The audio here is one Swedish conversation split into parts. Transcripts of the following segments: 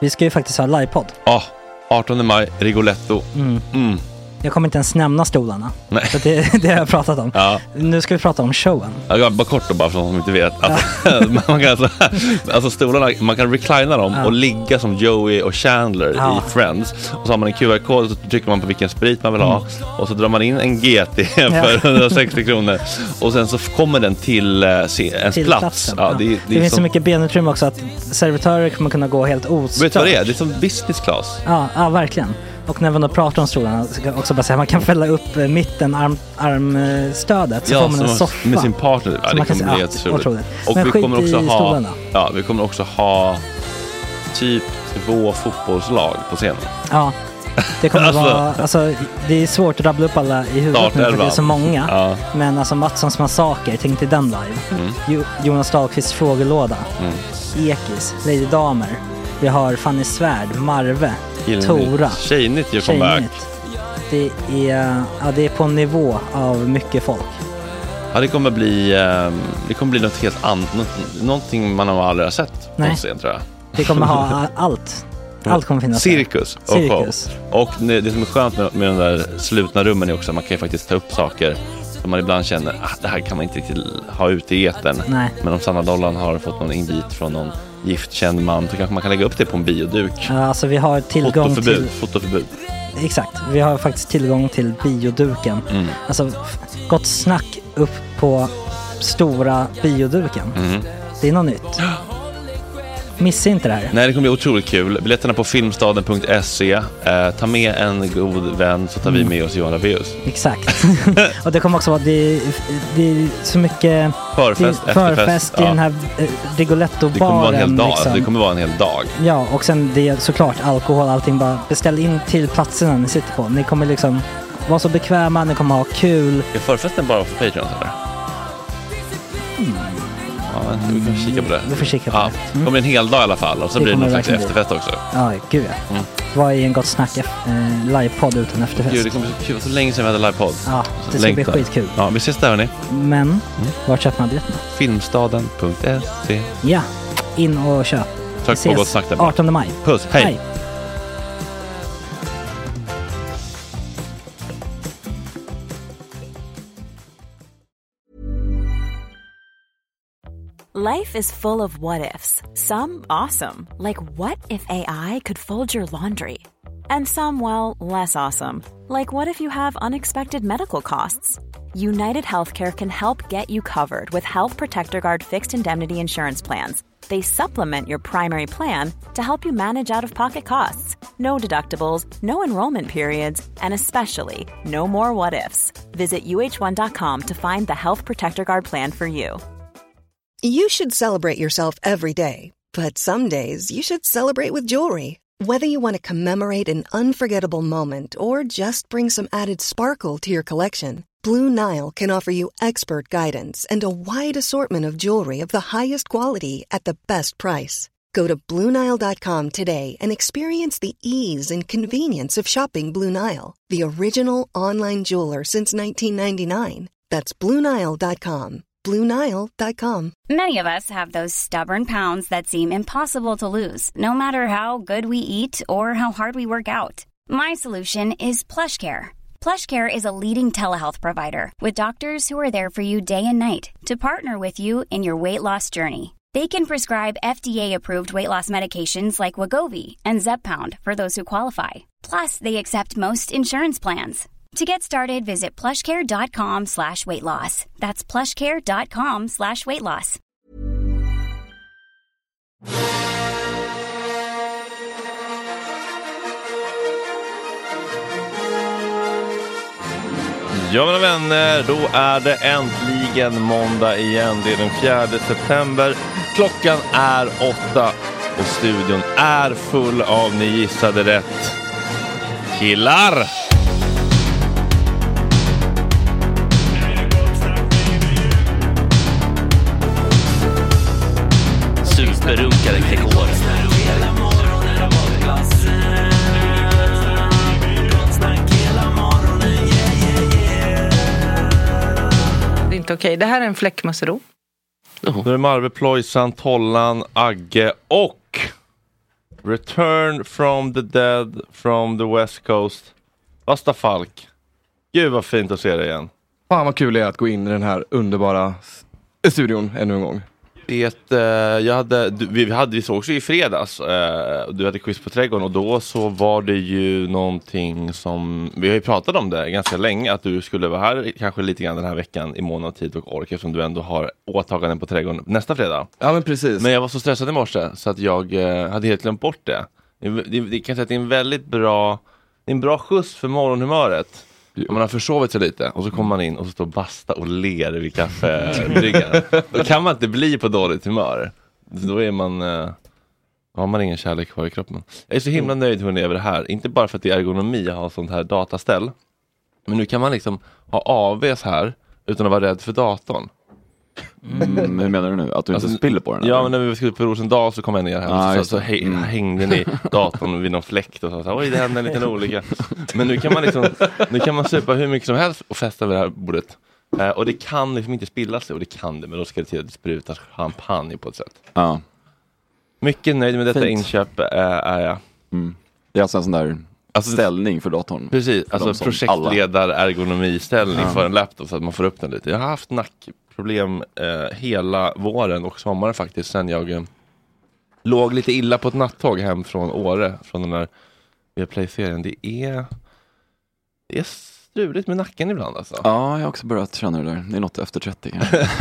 Vi ska ju faktiskt ha livepodd. Ja, 18 maj, Rigoletto. Jag kommer inte ens nämna stolarna. Nej. För det har jag pratat om. Ja. Nu ska vi prata om showen. Ja, bara kort då, bara för de som inte vet. Man kan alltså stolarna, man kan reclina dem och ligga som Joey och Chandler i Friends. Och så har man en QR-kod och så trycker man på vilken sprit man vill ha. Och så drar man in en GT för 160 kronor. Och sen så kommer den till ens plats. Ja, det finns så mycket benutrymme också att servitörer kommer kunna gå helt ostört. Vet du vad det är? Det är som business class. Ja, verkligen. Och när man då pratar om stolarna så kan jag också bara säga att man kan fälla upp mitten armstödet så får man en soffa med sin partner. Ja, det kommer bli helt otroligt. Och men vi kommer också stolarna. vi kommer också ha typ 2 fotbollslag på scenen. Ja. Det kommer vara, alltså det är svårt att rabbla upp alla i huvudet nu för det är så många. Ja. Men alltså Mattssons massaker, tänk till den live. Jonas Dahlqvists frågelåda. Ekis, Lady Damer. Vi har Fanny Svärd, Marve, Tora. Tjejnytt gör comeback. Det är på en nivå av mycket folk. Ja, det kommer bli något helt annat. Någonting man har aldrig sett på scen, tror jag. Vi kommer ha allt. Allt kommer finnas. Cirkus. Och det som är skönt med de där slutna rummen är också att man kan ju faktiskt ta upp saker som man ibland känner det här kan man inte riktigt ha ute i etern. Nej. Men om Sanna Dollan har fått någon invit från någon giftkänd man så kanske man kan lägga upp det på en bioduk. Ja, alltså vi har tillgång Fotoförbud. Exakt, vi har faktiskt tillgång till bioduken. Alltså gott snack upp på stora bioduken. Det är något nytt. Missa inte det här. Nej, det kommer bli otroligt kul. Biljetterna på filmstaden.se. Ta med en god vän så tar vi med oss Johan Rabaeus. Exakt. Och det kommer också vara det är så mycket förfest i den här Rigoletto-baren. Det kommer vara en hel dag. Liksom. Det kommer vara en hel dag. Ja, och sen det är såklart alkohol, allting. Bara beställ in till platserna ni sitter på. Ni kommer liksom vara så bekväma, ni kommer ha kul. Är förfesten bara för Patreon eller? Ja, vi kan kika på det. Vi får kika på det. Det kommer en hel dag i alla fall. Och så blir det någon slags efterfest också. Ja, gud ja. Vad är en gott snack livepodd utan efterfest? Gud, det kommer bli så länge sedan vi hade livepodd. Ja, det ska bli skitkul. Ja, vi ses där hörni. Men, var köper man biljetterna? Filmstaden.se. Ja, in och köp. Tack på gott snack där. 18 maj. Puss, hej. Life is full of what-ifs. Some awesome, like what if AI could fold your laundry? And some, well, less awesome, like what if you have unexpected medical costs? United Healthcare can help get you covered with Health Protector Guard fixed indemnity insurance plans. They supplement your primary plan to help you manage out-of-pocket costs. No deductibles, no enrollment periods, and especially no more what-ifs. Visit uh1.com to find the Health Protector Guard plan for you. You should celebrate yourself every day, but some days you should celebrate with jewelry. Whether you want to commemorate an unforgettable moment or just bring some added sparkle to your collection, Blue Nile can offer you expert guidance and a wide assortment of jewelry of the highest quality at the best price. Go to BlueNile.com today and experience the ease and convenience of shopping Blue Nile, the original online jeweler since 1999. That's BlueNile.com. BlueNile.com. Many of us have those stubborn pounds that seem impossible to lose, no matter how good we eat or how hard we work out. My solution is PlushCare. PlushCare is a leading telehealth provider with doctors who are there for you day and night to partner with you in your weight loss journey. They can prescribe FDA-approved weight loss medications like Wegovy and Zepbound for those who qualify. Plus, they accept most insurance plans. To get started, visit plushcare.com/weightloss. That's plushcare.com/weightloss. Ja, mina vänner, då är det äntligen måndag igen. Det är den 4 september. Klockan är 8 och studion är full av, ni gissade rätt, killar. Superrunkare Gregor. Det är inte okej. Det här är en fläckmussero. Nu är det Marve, Plojsan, Tollan, Agge och Return from the dead from the west coast. Basta Falk. Gud vad fint att se dig igen. Fan vad kul det är att gå in i den här underbara studion ännu en gång. Vi såg också i fredags. Du hade quiz på trädgården och då så var det ju någonting som vi har ju pratat om det ganska länge, att du skulle vara här kanske lite grann den här veckan i mån av tid och ork, eftersom du ändå har åtaganden på trädgården nästa fredag. Ja men precis. Men jag var så stressad i morse så att jag hade helt glömt bort det. Det kan säga att det är en väldigt bra, en bra skjuts för morgonhumöret. Om man har försovit sig lite och så kommer man in och så står Basta och ler vid kaffebryggan. Då kan man inte bli på dåligt humör. Då är man har man ingen kärlek kvar i kroppen. Jag är så himla nöjd hörni över det här. Inte bara för att det är ergonomi att ha sånt här dataställ. Men nu kan man liksom ha AVs här utan att vara rädd för datorn. Hur menar du nu? Att du inte spiller på den? Ja, eller? Men när vi skulle på Rosendal så kom jag ner här så hängde ni datorn vid någon fläkt och så oj, det hände en liten olycka. Men nu kan man liksom, nu kan man supa hur mycket som helst och festa vid det här bordet. Och det kan liksom inte spilla sig, och det kan det, men då ska det till att det sprutas champagne på ett sätt. Ja. Mycket nöjd med detta inköp är jag. Det är alltså en sån där ställning för datorn. Precis, för alltså projektledar-ergonomiställning för en laptop så att man får upp den lite. Jag har haft nackproblem hela våren och sommaren faktiskt sen jag låg lite illa på ett nattåg hem från Åre, från den där Viaplay-serien. Det är struligt med nacken ibland alltså. Ja, jag har också börjat känna det där. Det är något efter 30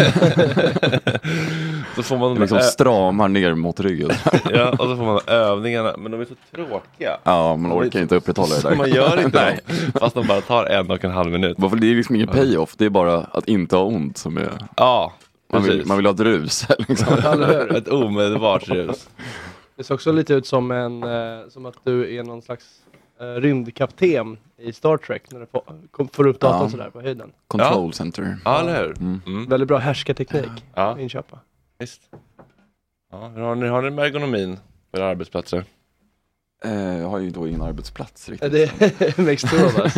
Så får man liksom stramar ner mot ryggen. Ja, och så får man övningarna, men de är så tråkiga. Ja, man orkar inte upprätthålla det där. Man gör inte det, fast de bara tar 1,5 minut. Det är liksom ingen payoff, det är bara att inte ha ont som är... Ja, man vill ha ett rus. Liksom. Ett omedelbart rus. Det ser också lite ut som som att du är någon slags rymdkapten i Star Trek när du får upp datorn sådär på höjden. Control center. Ja, eller hur? Väldigt bra härskarteknik. Inköpa. Visst. Ja, hur har ni med ergonomin på era arbetsplatser? Jag har ju då ingen arbetsplats riktigt. Det är mixtur.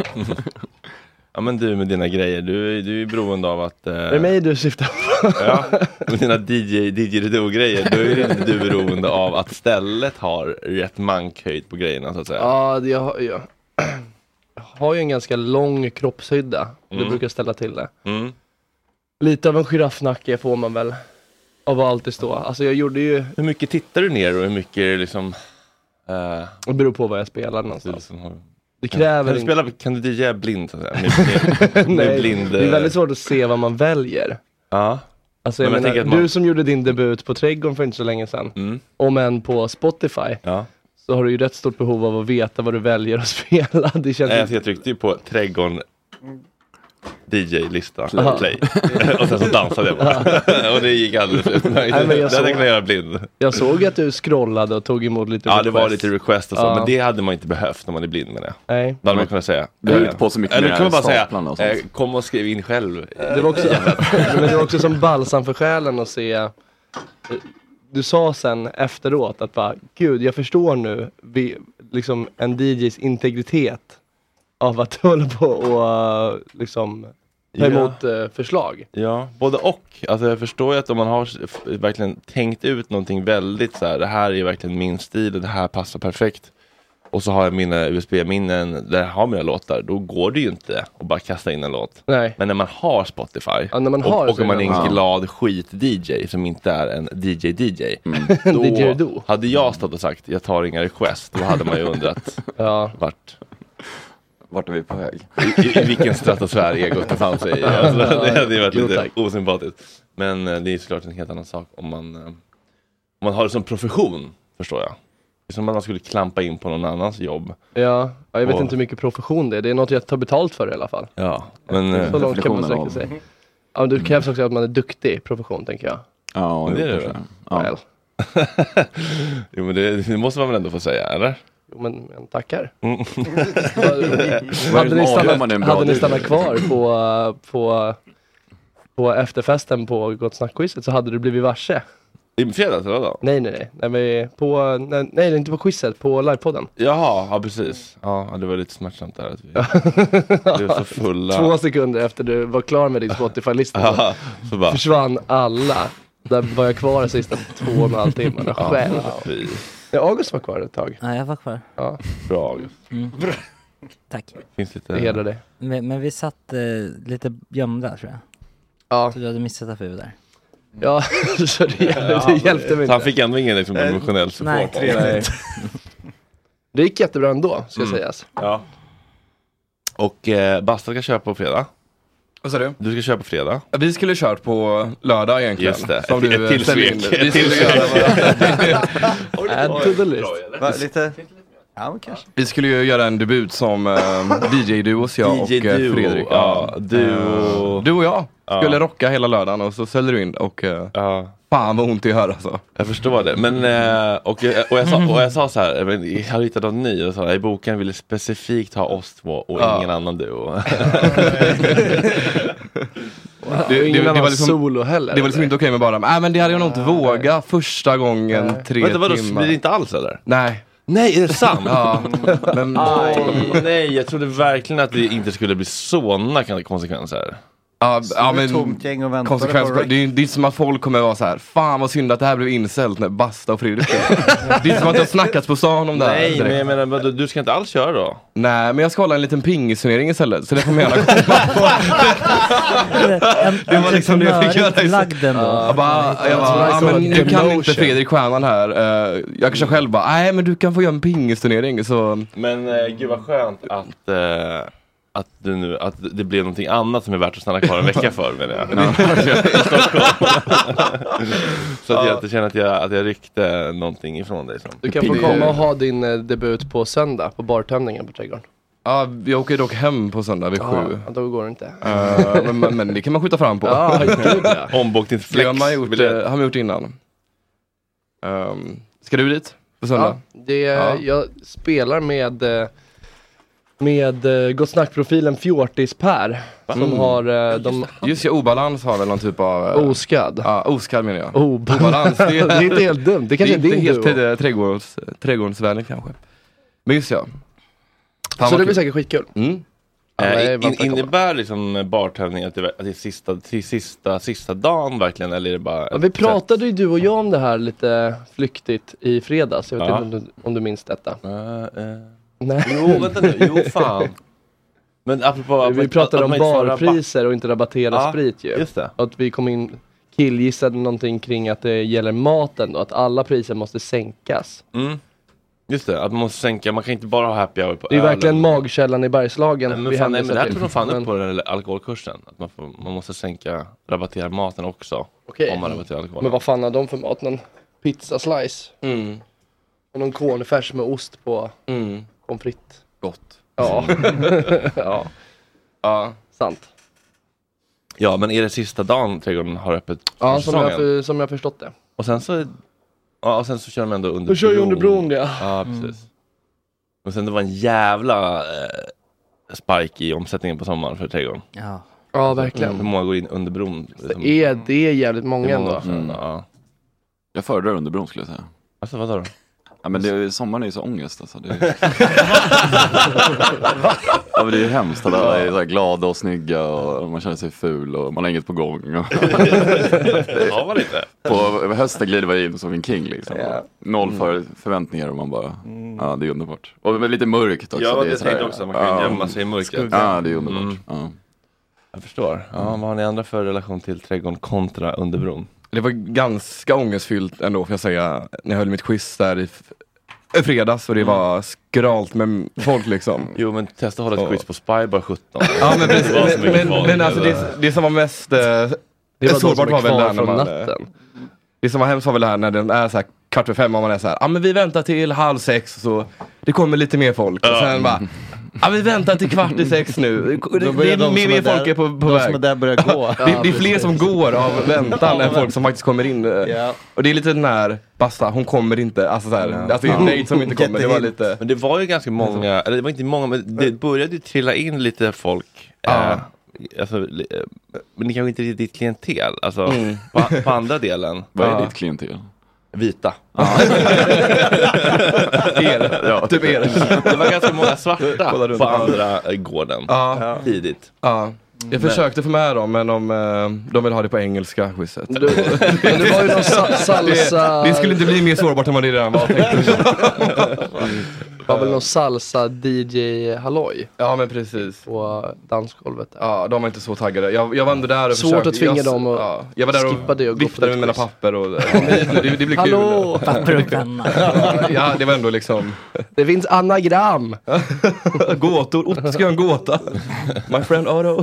Ja, men du med dina grejer, du är beroende av att... Det är mig du syftar på. Ja, med dina DJ-grejer, då är inte du beroende av att stället har rätt mankhöjd på grejerna så att säga. Ja, jag har ju en ganska lång kroppshydda. Det brukar ställa till det. Lite av en giraffnacke får man väl av att alltid stå. Alltså jag gjorde ju... Hur mycket tittar du ner och hur mycket liksom... Det beror på vad jag spelar någonstans. Det kräver kan du DJa blind så att säga? Nej, blind, det är väldigt svårt att se vad man väljer. Ja. Alltså jag menar, du som gjorde din debut på Trädgården för inte så länge sedan. Om än på Spotify. Ja. Så har du ju rätt stort behov av att veta vad du väljer att spela. Det känns jag tryckte ju på Trädgården DJ-lista play. Och sen så dansade jag bara. Och det gick alldeles ut. Det hade kunnat göra blind. Jag såg att du scrollade och tog emot lite request. Ja, det var lite request och så. Men det hade man inte behövt när man är blind med det. Nej. Vad hade man kunnat säga? På så mycket eller kan man bara säga kom och skriv in själv. Det var också, men det var också som balsam för själen att se. Du sa sen efteråt att bara, gud, jag förstår nu liksom en DJs integritet av att hålla på och liksom ta emot förslag. Ja, både och. Alltså jag förstår ju att om man har verkligen tänkt ut någonting väldigt så här, det här är verkligen min stil och det här passar perfekt. Och så har jag mina USB-minnen där jag har mina låtar, då går det ju inte att bara kasta in en låt. Nej. Men när man har Spotify när man har och man är en glad skit-DJ som inte är en DJ, då hade jag stått och sagt, jag tar inga request, då hade man ju undrat vart är vi på väg? I vilken stratosfär egot befann sig i. Alltså, det hade varit lite osympatiskt. Men det är såklart en helt annan sak om man har det som profession, förstår jag. Det är som att man skulle klampa in på någon annans jobb. Ja, jag vet inte hur mycket profession det är. Det är något jag tar betalt för i alla fall. Ja, men... Så långt kan man sträcka sig. Ja, det krävs också att man är duktig profession, tänker jag. Ja, det är det. Ja. Jo, men det måste man väl ändå få säga, eller? Jo, men tackar. Hade ni stannat kvar på efterfesten på Gott Snack-quizet så hade du blivit varse. I fredags eller då? Nej. Nej, inte på quizet, på livepodden. Jaha, ja precis. Ja, det var lite smärtsamt där att vi blev så fulla. 2 sekunder efter du var klar med din Spotify-lista så bara försvann alla. Där var jag kvar de sista 2,5 timmarna själv. Ja, August var kvar ett tag. Ja, jag var kvar. Ja. Bra, August. Tack. Finns lite... Det hedrar dig. Men vi satt lite gömda, tror jag. Ja. Så du hade missat att vi var där. Ja, så det hjälpte mig inte. Han fick ändå ingen liksom, emotionell support. Nej. Det gick jättebra ändå, ska sägas. Ja. Och Basta ska köra på fredag. Vad sa du? Du ska köra på fredag. Ja, vi skulle kört på lördag egentligen. Just det, som ett till svek. Vi skulle Add to the list. Lite... Ja, kanske. Vi skulle ju göra en debut som DJ-duos, jag och Fredrik. Ja, du och jag skulle rocka hela lördagen och så säljer du in och fan vad ont i hör alltså. Jag förstår det. Men, och jag sa så här, jag hade hittat någon ny och sa i boken ville specifikt ha oss två och ingen annan duo. Det var liksom, solo heller. Det var liksom inte okej med bara, men det hade jag nog inte vågat första gången 3 timmar. Blir det inte alls eller? Nej, är det sant? Ja. Men, nej, jag trodde verkligen att det inte skulle bli sådana konsekvenser. Ja, men konsekvenser. Det är inte som att folk kommer vara så här. Fan vad synd att det här blev inställt när Basta och Fredrik. Det är som att det har snackats på stan om det här. Nej, men jag menar, du ska inte alls köra då? Nej, men jag ska hålla en liten pingisturnering istället. Så det får man gärna komma på. Det var liksom det jag fick göra. Jag bara, men nu kan inte Fredrik stjärnan här. Jag kanske själv bara, nej men du kan få göra en pingisturnering. Så. Men gud vad skönt att det blev någonting annat som är värt att stanna kvar en vecka för, menar jag. Så att jag inte känner att jag ryckte någonting ifrån dig. Du kan få komma och ha din debut på söndag på bartömningen på Trädgården. Ja, jag åker dock hem på söndag vid 7. Ja, då går det inte. Men det kan man skjuta fram på. Ja, ombokningsflex. Det har man gjort innan. Ska du dit på söndag? Jag spelar med Gott Snack-profilen Fjortis Per som har just Obalans har väl någon typ av Oskad. Ja, Oskad menar jag. Obalans. Det är inte helt dumt. Det kanske är inte helt trädgårdsvänligt kanske. Men just så det blir säkert skitkul. Innebär liksom bartövning att det är sista dagen verkligen, eller är det bara vi pratade ju du och jag om det här lite flyktigt i fredags. Jag vet inte om du minns detta. Nej. Jo, vänta nu. Jo, fan. Men apropå vi pratade om barpriser och inte rabattera sprit ju. Just det. Att vi kom in killgissade någonting kring att det gäller maten då. Att alla priser måste sänkas. Just det, att man måste sänka. Man kan inte bara ha happy hour på det är verkligen magkällan i Bergslagen. Men det här tog de fan upp på den alkoholkursen. Att man måste sänka, rabattera maten också. Okej. Om man rabatterar alkohol. Men vad fan har de för mat? Någon pizza slice? Och någon cornfärs med ost på pommes frites. Gott. Ja. Ja, sant. Ja, men är det sista dagen Trädgården har öppet? Ja, som jag förstått det. Och sen så kör de ändå under bron. Då kör ju under bron, ja. Ja, precis. Och sen det var en jävla spike i omsättningen på sommaren för Trädgården. Ja, verkligen. Hur många går in under bron? Det är jävligt många ändå. Ja. Jag föredrar under bron skulle jag säga. Alltså vad då? Ja, men sommaren är ju så ångest alltså. Det är... ja, men det är ju hemskt att alla är så här glada och snygga och man känner sig ful och man har inget på gång. Ja, var lite. På hösten glider man in som en king liksom. Noll förväntningar och man bara, ja det är underbart. Och lite mörkt också. Ja, det tänkte jag också. Man kan gömma sig i mörkret. Ja, det är underbart. Jag förstår. Ja, vad har ni andra för relation till Trädgården kontra underbron? Det var ganska ångestfyllt ändå får jag säga. När jag höll mitt quiz där i fredags och det var skralt med folk liksom. Jo, men testa att hålla ett quiz på Spy bara 17. Ja, men precis. Men alltså det som var mest sårbart var väl där när man... Det som var hemskt var väl här när den är så här 4:45 och man är så här, men vi väntar till 5:30 så det kommer lite mer folk. Och sen bara, vi väntar till 5:45 nu. Det är mer folk är på väg. Som är där börjar gå. Det är fler som går av väntan än folk som faktiskt kommer in. Och det är lite den här Basta, hon kommer inte. Alltså så här, alltså det är nej som inte kommer. Det var lite. Men det var ju ganska många, eller det var inte många, men det började ju trilla in lite folk. Alltså, men det kanske inte är ditt klientel. Alltså på andra delen. Vad är ditt klientel? Vita. Typ er. Det var ganska många svarta på andra gården tidigt. Jag försökte få med dem, men de vill ha det på engelska quizet. Men det var ju någon salsa... Det skulle inte bli mer sårbart än vad det redan var. Det var väl någon salsa DJ Halloj. Ja, men precis. På dansgolvet. Ja, de var inte så taggade. Jag var ändå där och svårt försökte. att tvinga dem att jag var där skippa det och viftade med mina papper. Och, det blir Hallå, papper och penna. Ja, det var ändå liksom... Det finns anagram. Gåtor. Ska jag en gåta? My friend Otto.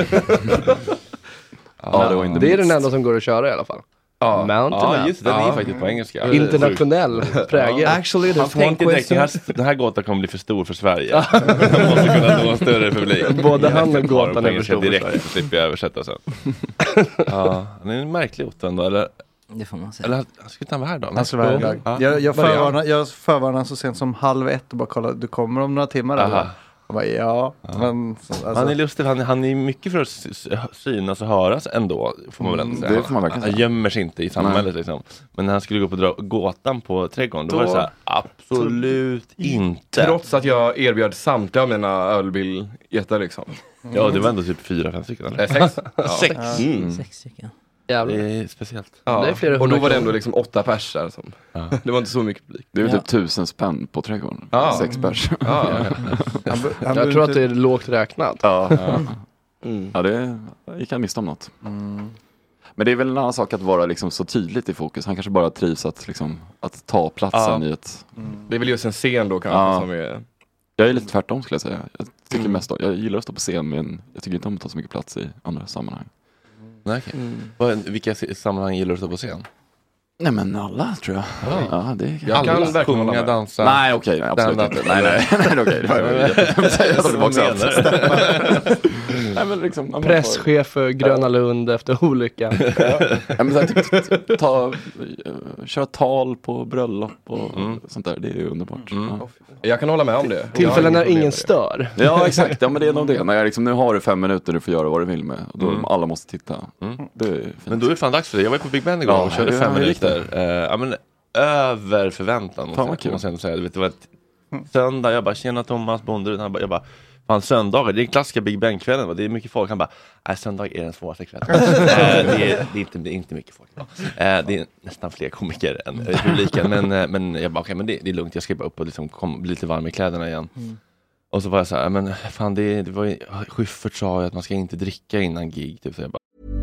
Det är den enda som går att köra i alla fall. Ja, just det. Den är faktiskt på engelska. Internationell prägel. Actually, han tänkte direkt, den här gåtan kommer bli för stor för Sverige. Man måste kunna nå en större publik. Både han och gåtan är för stor direkt, för Sverige. Så slipper jag översätta sen. Ja, han är en märklig Otto ändå, eller? Det får man säga. Eller han skulle inte vara här då? Han skulle vara här idag. Jag förvarnar så sent som 12:30 och bara kolla, du kommer om några timmar eller? Jag bara, men, alltså. Han är lustig, han är mycket för att synas och höras ändå, får man väl ändå säga. Det får man verkligen säga. Han gömmer sig inte i samhället liksom. Men när han skulle gå på gåtan på trädgården, då var det så här, absolut inte. Trots att jag erbjöd samtliga av mina ölbiljetter liksom. Ja, det var ändå typ 4-5 stycken. Eller? 6. 6 stycken. Det är speciellt. Ja. Det är flera och då var det ändå liksom 8 pers där. Det var inte så mycket publik. Det är typ 1000 spänn på trädgården. 6 pers. Jag tror att det är lågt räknat. Ja, det gick han miste om något. Men det är väl en annan sak att vara liksom så tydligt i fokus. Han kanske bara trivs att ta platsen i ett... Det är väl just en scen då kanske som är... Jag är lite tvärtom skulle jag säga. Jag tycker mest jag gillar att stå på scen, men jag tycker inte om att ta så mycket plats i andra sammanhang. Nej, okay. Vilka sammanhang gillar du att stå på scen? Nej, men alla tror jag. Ja, det jag kan verkligen sjunga, dansa. Nej, okej, absolut inte. Nej, okej. Det var Nej, men liksom, presschef för Gröna Lund efter olyckan. Köra tal på bröllop och sånt där. Det är underbart. Jag kan hålla med om det. Tillfällen när ingen stör. Ja, exakt. Ja, men det är nog det. När jag liksom, nu har du 5 minuter du får göra vad du vill med. Och då alla måste titta. Men då är det fan dags för det. Jag var på Big Ben igår och körde 5 minuter. Men över förväntan. Fan vad kul. Måste jag säga. Du vet, det var ett söndag. Jag bara, tjena Thomas, Bonderud. Jag bara, fan söndagar, det är en klassiska Big Ben-kvällen. Det är mycket folk. Han bara, söndag är den svåraste kvällen. det är inte mycket folk. Det är nästan fler komiker än publiken. Men jag bara, men det är lugnt. Jag ska bara upp och liksom bli lite varm i kläderna igen. Och så var jag så här, men fan det var ju, Schyffert sa ju att man ska inte dricka innan gig. Typ, så jag bara...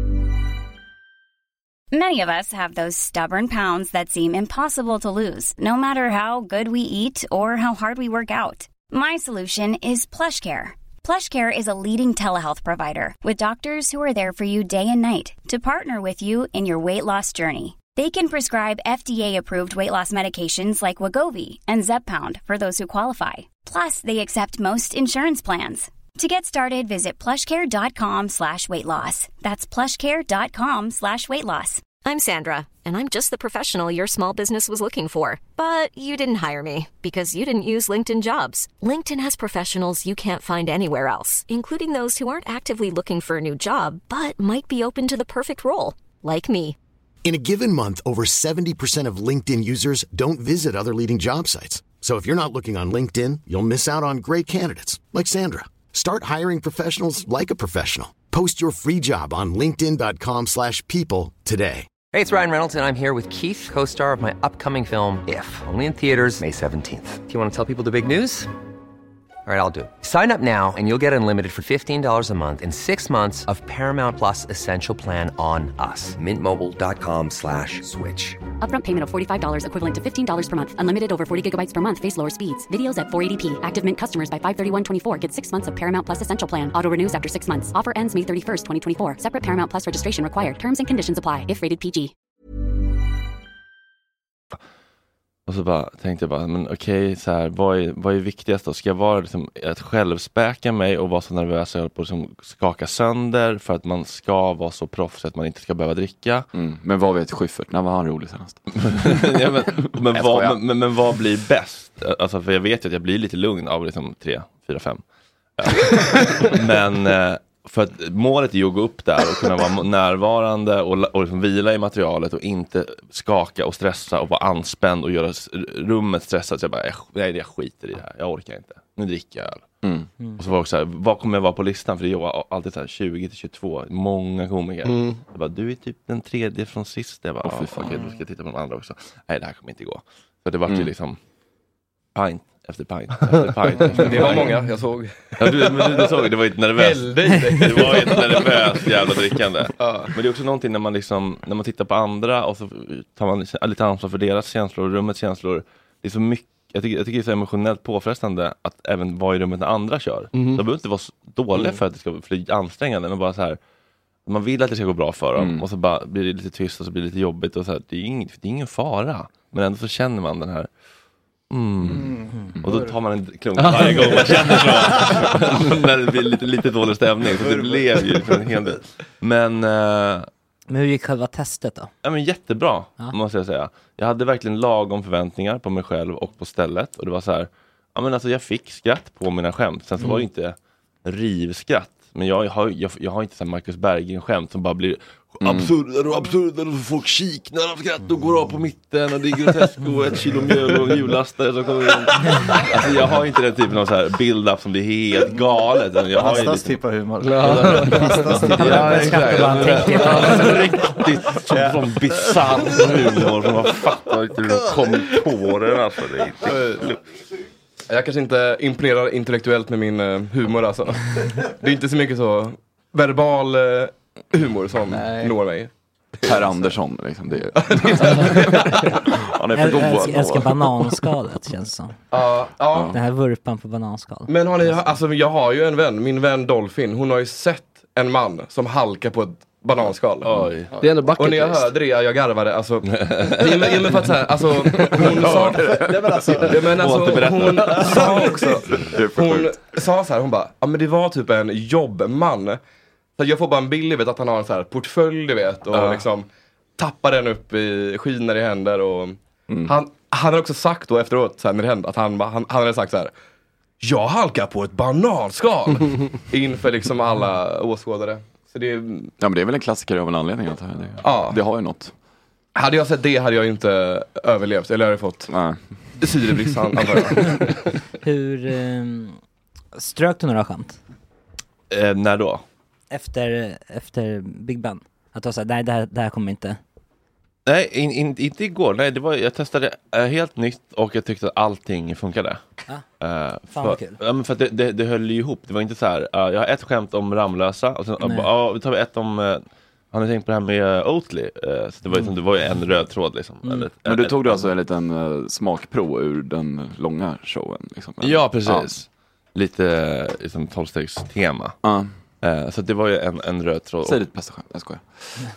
Many of us have those stubborn pounds that seem impossible to lose, no matter how good we eat or how hard we work out. My solution is PlushCare. PlushCare is a leading telehealth provider with doctors who are there for you day and night to partner with you in your weight loss journey. They can prescribe FDA-approved weight loss medications like Wegovy and Zepbound for those who qualify. Plus, they accept most insurance plans. To get started, visit plushcare.com/weightloss. That's plushcare.com/weightloss. I'm Sandra, and I'm just the professional your small business was looking for. But you didn't hire me because you didn't use LinkedIn Jobs. LinkedIn has professionals you can't find anywhere else, including those who aren't actively looking for a new job, but might be open to the perfect role, like me. In a given month, over 70% of LinkedIn users don't visit other leading job sites. So if you're not looking on LinkedIn, you'll miss out on great candidates, like Sandra. Start hiring professionals like a professional. Post your free job on linkedin.com/people today. Hey, it's Ryan Reynolds, and I'm here with Keith, co-star of my upcoming film, If, only in theaters May 17th. Do you want to tell people the big news? All right, I'll do it. Sign up now and you'll get unlimited for $15 a month and 6 months of Paramount Plus Essential Plan on us. MintMobile.com/switch. Upfront payment of $45 equivalent to $15 per month. Unlimited over 40 gigabytes per month. Face lower speeds. Videos at 480p. Active Mint customers by 531.24 get 6 months of Paramount Plus Essential Plan. Auto renews after 6 months. Offer ends May 31st, 2024. Separate Paramount Plus registration required. Terms and conditions apply if rated PG. Och så tänkte jag men okej, så här, vad är viktigast då? Ska jag vara liksom, att självspäka mig och vara så nervös och liksom skaka sönder för att man ska vara så proffs att man inte ska behöva dricka? Men vad vet Schyffert? När var han rolig senast? men vad blir bäst? Alltså, för jag vet ju att jag blir lite lugn av liksom 3, 4, 5. Ja. för att målet är ju att gå upp där och kunna vara närvarande och liksom vila i materialet och inte skaka och stressa och vara anspänd och göra rummet stressat. Så jag bara, jag skiter i det här. Jag orkar inte. Nu dricker jag öl. Och så var det också så här, vad kommer jag vara på listan? För det var alltid så här 20-22, många komiker. Jag bara, du är typ den tredje från sist. Jag bara, okej, då ska jag titta på de andra också. Nej, det här kommer inte gå. Så det var ju liksom pint efter pint. Det var många, jag såg. Ja, du såg, det var ett nervöst. Det var ett nervöst jävla drickande. Men det är också någonting när man liksom, när man tittar på andra och så tar man lite ansvar för deras känslor och rummets känslor. Det är så mycket. Jag tycker det är så emotionellt påfrestande att även vara i rummet när andra kör. De behöver inte vara dåliga för att det ska bli ansträngande, men bara så här, man vill att det ska gå bra för dem och så bara blir det lite tyst och så blir det lite jobbigt och så här, det är ingen fara. Men ändå så känner man den här och då tar man en klunk varje gång man känner så. När det blir lite dålig stämning. Så det blev ju för en hel del. Men hur gick själva testet då? Ja, men jättebra, måste jag säga. Jag hade verkligen lagom förväntningar på mig själv och på stället. Och det var så här, ja men alltså jag fick skratt på mina skämt. Sen så var det inte rivskratt. Men jag har inte så här Marcus Berggren-skämt som bara blir absurdare och folk kiknar av skratt och går av på mitten och det är grotesk och 1 kilo mjöl och en hjullastare som kommer in. Alltså jag har inte den typen av så här build-up som blir helt galet. Jag har ju lite typ av humor. Riktigt som bisarr humor som man fattar inte hur de kom på det. Alltså det är jag kanske inte imponerar intellektuellt med min humor alltså. Det är inte så mycket så verbal humor som når mig. Per Andersson liksom, det är... Han är för god. Jag älskar bananskalet, känns som. Ja. Den här vurpan på bananskal. Men har ni, alltså jag har ju en vän, min vän Dolphin, hon har ju sett en man som halkar på ett bananskal. Oj. Det är ändå bucket och när jag hörde det, jag garvade alltså. Men för att säga, alltså hon sa hon sa också. Hon sa så här, hon bara, ja men det var typ en jobbman. Så jag får bara en bild, vet att han har en så här portfölj, du vet, och liksom tappar den upp i skiner i händer och han har också sagt då efteråt så här, när det hände att han hade sagt så här: jag halkar på ett bananskal inför liksom alla åskådare. Så det är... Ja, men det är väl en klassiker av en anledning att det har ju något. Hade jag sett det hade jag inte överlevt, eller hade jag fått syrebrist antar jag. Hur strök du några skämt? När då? Efter Big Ben. Att du sa, nej det här kommer inte. Nej, inte igår. Nej, jag testade helt nytt och jag tyckte att allting funkade. Fan vad kul. Ja, men för att det höll ju ihop. Det var inte så här, jag har ett skämt om Ramlösa och sen vi tar ett om har ni tänkt på det här med Oatly? Så det var ju en röd tråd liksom. Men du tog alltså en liten smakprov ur den långa showen liksom. Ja, precis. Lite liksom 12-stegstema. Så det var ju en röd tråd. Säg ditt bästa skämt, jag skojar.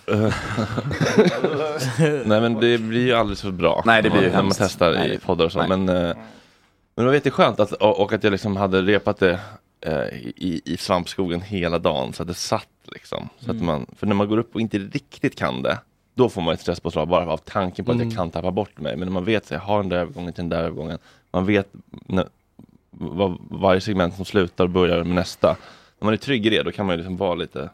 Nej, men det blir ju aldrig så bra. Nej, det blir ju när man testar i poddar och så. Men det var jätteskönt att jag liksom hade repat det i svampskogen hela dagen. Så att det satt liksom. Så att för när man går upp och inte riktigt kan det, då får man ett stresspåslag bara av tanken på att jag kan tappa bort mig. Men när man vet att jag har den där övergången till den där övergången. Man vet varje segment som slutar och börjar med nästa. När man är trygg i det, då kan man ju liksom vara lite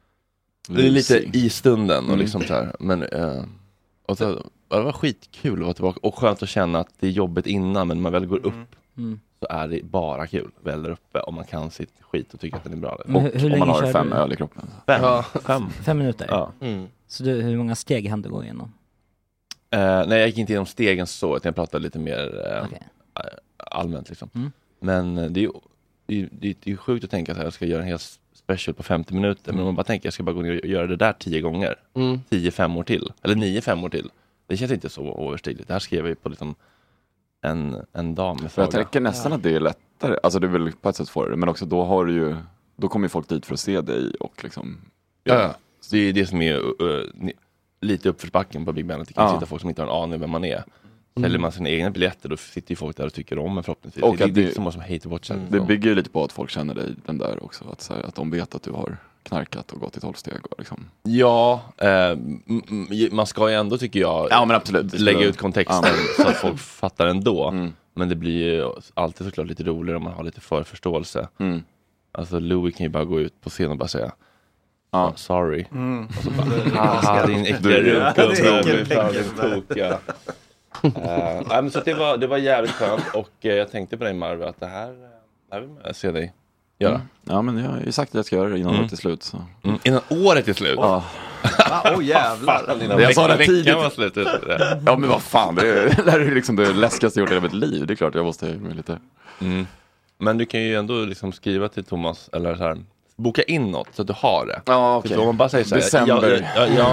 i stunden och liksom så här. Men och så, det var skitkul att vara tillbaka och skönt att känna att det är jobbigt innan, men när man väl går upp så är det bara kul väl där uppe om man kan sitt skit och tycker att den är bra. Och om man har 5 öl i kroppen. 5 minuter? Ja. Så hur många steg hann du gå igenom? Nej, jag gick inte igenom stegen så, utan jag pratade lite mer allmänt liksom. Men det är ju sjukt att tänka att jag ska göra en hel special på 50 minuter. Men om man bara tänker att jag ska bara gå ner och göra det där 10 gånger. 10 5 år till. Eller 9 5 år till. Det känns inte så överstigligt. Det här skrev jag på liksom en dag med fråga. Jag tänker nästan att det är lättare. Alltså det är väl på ett sätt för det. Men också då kommer ju folk dit för att se dig och liksom... Ja. Det är det som är lite uppförsbacken på Big Ben. Det kan sitta folk som inte har en aning om vem man är. Säljer man sina egna biljetter, då sitter ju folk där och tycker om en förhoppningsvis. Och det är som hate watchen. Det bygger ju lite på att folk känner dig den där också. Att de vet att du har knarkat och gått i 12 steg. Och liksom. Ja, man ska ju ändå, tycker jag, men absolut. Lägga ut kontexten så att folk fattar ändå. Men det blir ju alltid såklart lite roligare om man har lite förförståelse. Alltså Louis kan ju bara gå ut på scen och bara säga sorry. Och så bara, din äckliga runka. Så det var jävligt skönt. Och jag tänkte på dig, Marve, att det här vill jag se dig göra. Ja, men jag har ju sagt att jag ska göra det innan året är slut. Så. Innan året är slut? Ja. Jävlar. Jag sa det tidigt. Var slut. Ja, men vad fan. Det är liksom det läskigaste jag gjort i mitt liv. Det är klart, jag måste med lite. Men du kan ju ändå liksom skriva till Thomas, eller så här, boka in något så att du har det. Ja, okej. Om man bara säger så här, december.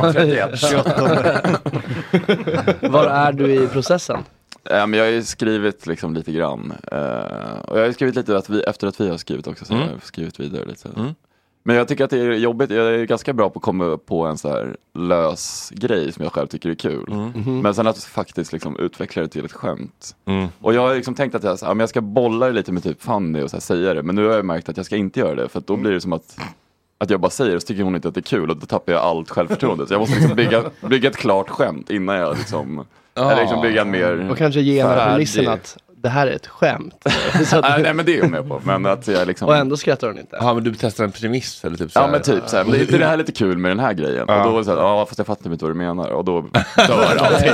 Var är du i processen? Men jag har ju skrivit liksom lite grann. Och jag har skrivit lite efter att vi har skrivit också. Så jag har skrivit vidare lite. Men jag tycker att det är jobbigt. Jag är ganska bra på att komma på en så här lös grej som jag själv tycker är kul. Men sen att faktiskt liksom utveckla det till ett skämt. Och jag har liksom tänkt att jag ska bolla det lite med typ Fanny och så här säga det. Men nu har jag märkt att jag ska inte göra det. För att då blir det som att jag bara säger det, så tycker hon inte att det är kul. Och då tappar jag allt självförtroende. Så jag måste liksom bygga ett klart skämt innan jag liksom... Eller liksom bygga en mer... Och kanske ge den här premissen att det här är ett skämt. Nej, men det är jag med på. Men att jag liksom... Och ändå skrattar hon inte. Ja, men du testar en premiss eller typ så här. Ja, men typ så här. Men det här är lite kul med den här grejen. Och då är det så här, fast jag fattar inte vad du menar. Och då dör allting.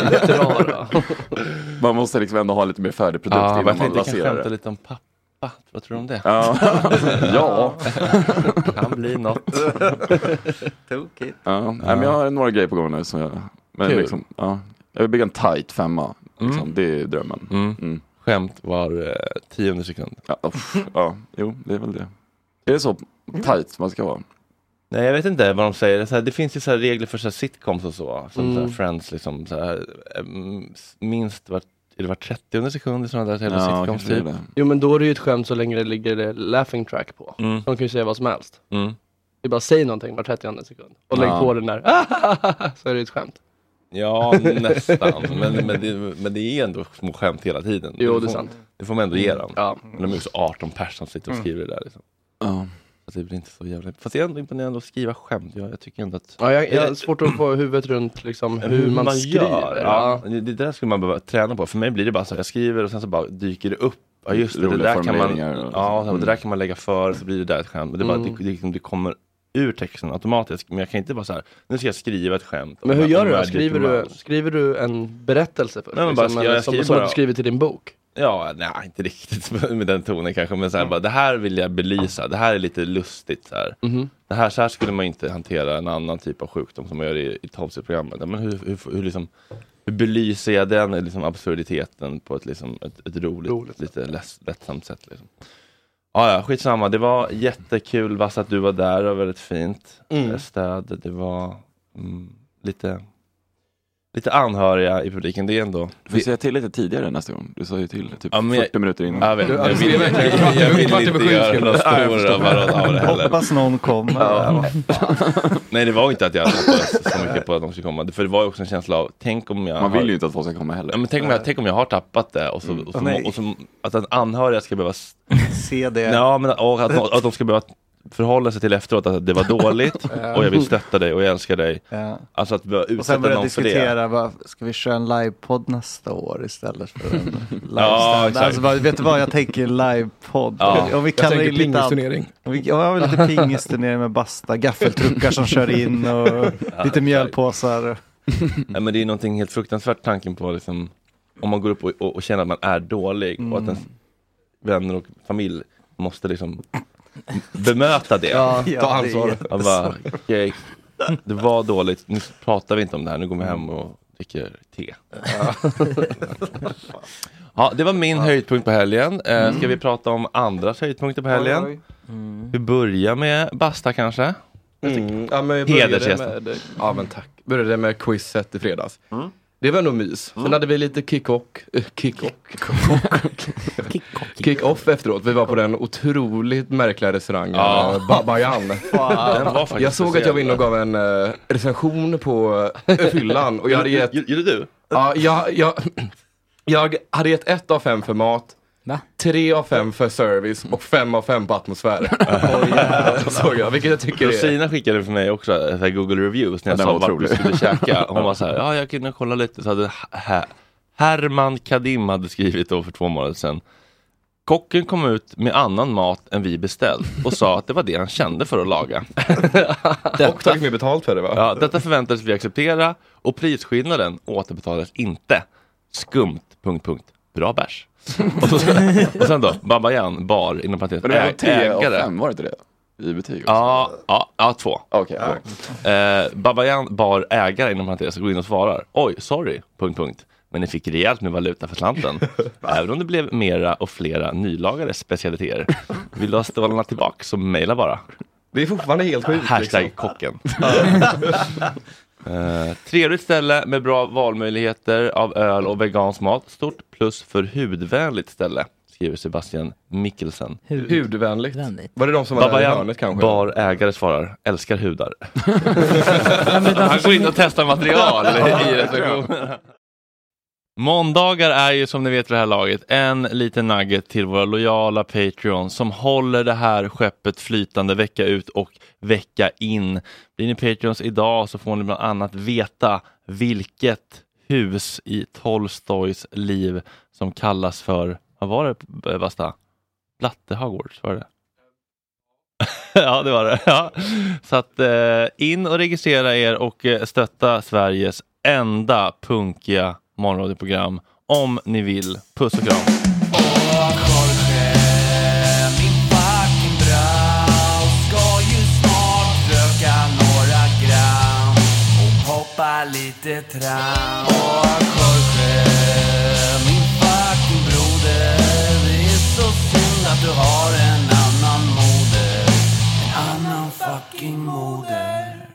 Man måste liksom ändå ha lite mer färdig produkt innan man lanserar det. Jag kan skämta lite om pappa. Vad tror du om det? Ja. Kan bli något. Tokigt. Men jag har några grejer på gång nu. Men liksom, jag vill bygga en tight 5. Liksom. Det är drömmen. Skämt var 10 sekund. Jo, det är väl det. Är det så tight man ska vara? Nej, jag vet inte vad de säger. Det finns ju så här regler för så här sitcoms och så. Som så här Friends liksom. Så här, minst var 30 sekund i sådana där sitcoms typ. Jo, men då är det ju ett skämt så länge det ligger det laughing track på. De kan ju säga vad som helst. Det är bara säg någonting var 30 sekund. Och lägg på den där. Så är det ett skämt. Ja, nästan. Men det är ändå små skämt hela tiden. Jo, det är sant. Det får man ändå ge dem. Men de är ju så 18 personer som sitter och skriver det där liksom. Det blir inte så jävla... Fast det är ändå imponerande att skriva skämt. Jag tycker ändå att... Ja, jag har svårt att få huvudet runt liksom, hur man skriver. Ja. Det där skulle man behöva träna på. För mig blir det bara så här, jag skriver och sen så bara dyker det upp. Ja, just det där kan man... det där kan man lägga för, så blir det där ett skämt. Men det är bara det kommer ur texten automatiskt. Men jag kan inte bara så här, nu ska jag skriva ett skämt. Men hur gör du då? Skriver du en berättelse först? Nej, liksom, som att du skriver till din bok? Ja, nej, inte riktigt med den tonen kanske. Men så här, bara, det här vill jag belysa. Det här är lite lustigt. Så här. Det här, så här skulle man inte hantera en annan typ av sjukdom som man gör i Tolvsy-programmet. Men hur belyser jag den liksom, absurditeten på ett roligt lite lättsamt sätt liksom. Ja, skitsamma. Det var jättekul Vass att du var där. Det var väldigt fint stöd. Det var lite anhöriga i publiken. Det är ändå... Du får säga till lite tidigare nästa gång. Du sa ju till typ 40 minuter innan. Jag vill inte göra något stora av det heller. Hoppas någon kommer. Nej, det var inte att jag hoppades så mycket på att de skulle komma. För det var ju också en känsla av, tänk om jag... Man vill ju inte att folk ska komma heller. Ja, men tänk om jag har tappat det och så att en anhöriga ska behöva... Se det. Ja, men att de ska behöva förhålla sig till efteråt att det var dåligt och jag vill stötta dig och jag älskar dig. Alltså att utsätta någon för det. Och sen börja ska vi köra en livepodd nästa år istället för en livestand? Alltså, vet du vad, jag tänker livepodd. Och vi kan lite pingisturnering. Lite pingisturnering med basta, gaffeltruckar som kör in och lite mjölpåsar. Nej, men det är någonting helt fruktansvärt tanken på liksom, om man går upp och känner att man är dålig och att ens vänner och familj måste liksom bemöta det. Ta ansvar. Okay, det var dåligt. Nu pratar vi inte om det här. Nu går vi hem och dricker te. Ja, det var min höjdpunkt på helgen. Ska vi prata om andras höjdpunkter på helgen? Vi börjar med Basta kanske. Hedersgästen. Ja, men tack. Började med quizet i fredags. Det var nog mys. Sen hade vi lite kick-off efteråt. Vi var på den otroligt märkliga restaurangen Babayan. Jag såg att jag var inne och gav en recension på fyllan. Och jag hade gett... Gjorde du? Ja, jag hade gett 1 av 5 för mat. 3 av 5 för service och 5 av 5 på atmosfär. Såg jag, vilket jag tycker Rosina skickade för mig också Google Reviews när jag sa vart vi skulle käka. Hon var så här, jag kunde kolla lite. Så hade Herman Kadim hade skrivit då för 2 månader sedan. Kocken kom ut med annan mat än vi beställt och sa att det var det han kände för att laga. Och tagit mer betalt för det, va? Ja, detta förväntades vi acceptera och prisskillnaden återbetalades inte. Skumt, ... Bra bärs. och sen då, Baba Jan bar inom parentes ägare. 5 var det det? I betyg också? Ja, 2. Okay, Baba Jan bar ägare inom parentes och går in och svarar. Oj, sorry, ... Men ni fick rejält med valuta för slanten. Även om det blev mera och flera nylagade specialiteter. Vill du ha stålarna tillbaka så mejla bara. Det är fortfarande helt sjukt. Hashtag kocken. Trevligt ställe med bra valmöjligheter av öl och vegansk mat. Stort plus för hudvänligt ställe, skriver Sebastian Mikkelsen. Hudvänligt? Var det de som var där i hörnet kanske? Bar ägare svarar, älskar hudar. Han går in och testar material i recensionen. Måndagar är ju som ni vet för det här laget en liten nugget till våra lojala Patreon som håller det här skeppet flytande vecka ut och vecka in. Blir ni Patreons idag så får ni bland annat veta vilket hus i Tolstojs liv som kallas för, vad var det, Basta? Blatte Hogwarts, var det? Ja, det var det. Ja. Så att in och registrera er och stötta Sveriges enda punkiga morgonradioprogram om ni vill. Puss och kram. Lite tram och Jorge, min fucking broder. Det är så synd att du har en annan moder. En annan fucking moder.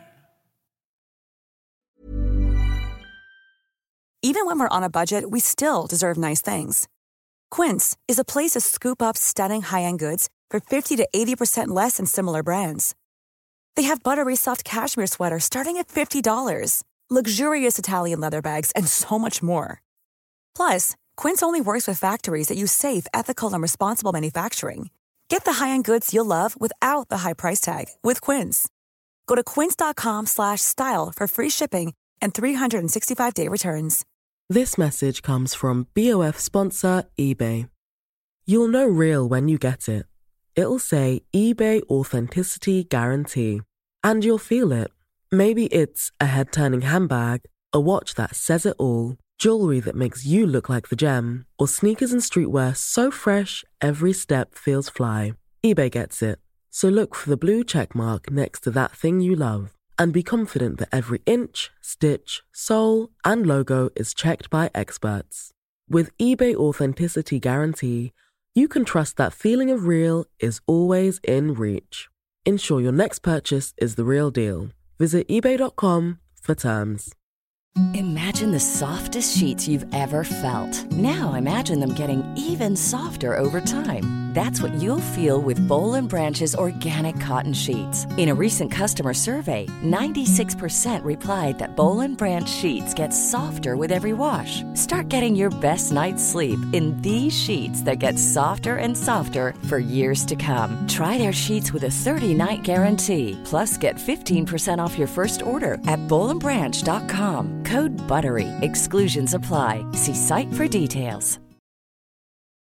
Even when we're on a budget, we still deserve nice things. Quince is a place to scoop up stunning high-end goods for 50 to 80% less than similar brands. They have buttery soft cashmere sweaters starting at $50, luxurious Italian leather bags, and so much more. Plus, Quince only works with factories that use safe, ethical, and responsible manufacturing. Get the high-end goods you'll love without the high price tag with Quince. Go to quince.com/style for free shipping and 365-day returns. This message comes from BOF sponsor eBay. You'll know real when you get it. It'll say eBay Authenticity Guarantee. And you'll feel it. Maybe it's a head-turning handbag, a watch that says it all, jewelry that makes you look like the gem, or sneakers and streetwear so fresh every step feels fly. eBay gets it. So look for the blue check mark next to that thing you love. And be confident that every inch, stitch, sole, and logo is checked by experts. With eBay Authenticity Guarantee, you can trust that feeling of real is always in reach. Ensure your next purchase is the real deal. Visit ebay.com for terms. Imagine the softest sheets you've ever felt. Now imagine them getting even softer over time. That's what you'll feel with Boll & Branch's organic cotton sheets. In a recent customer survey, 96% replied that Boll & Branch sheets get softer with every wash. Start getting your best night's sleep in these sheets that get softer and softer for years to come. Try their sheets with a 30-night guarantee. Plus, get 15% off your first order at bollandbranch.com. Code BUTTERY. Exclusions apply. See site for details.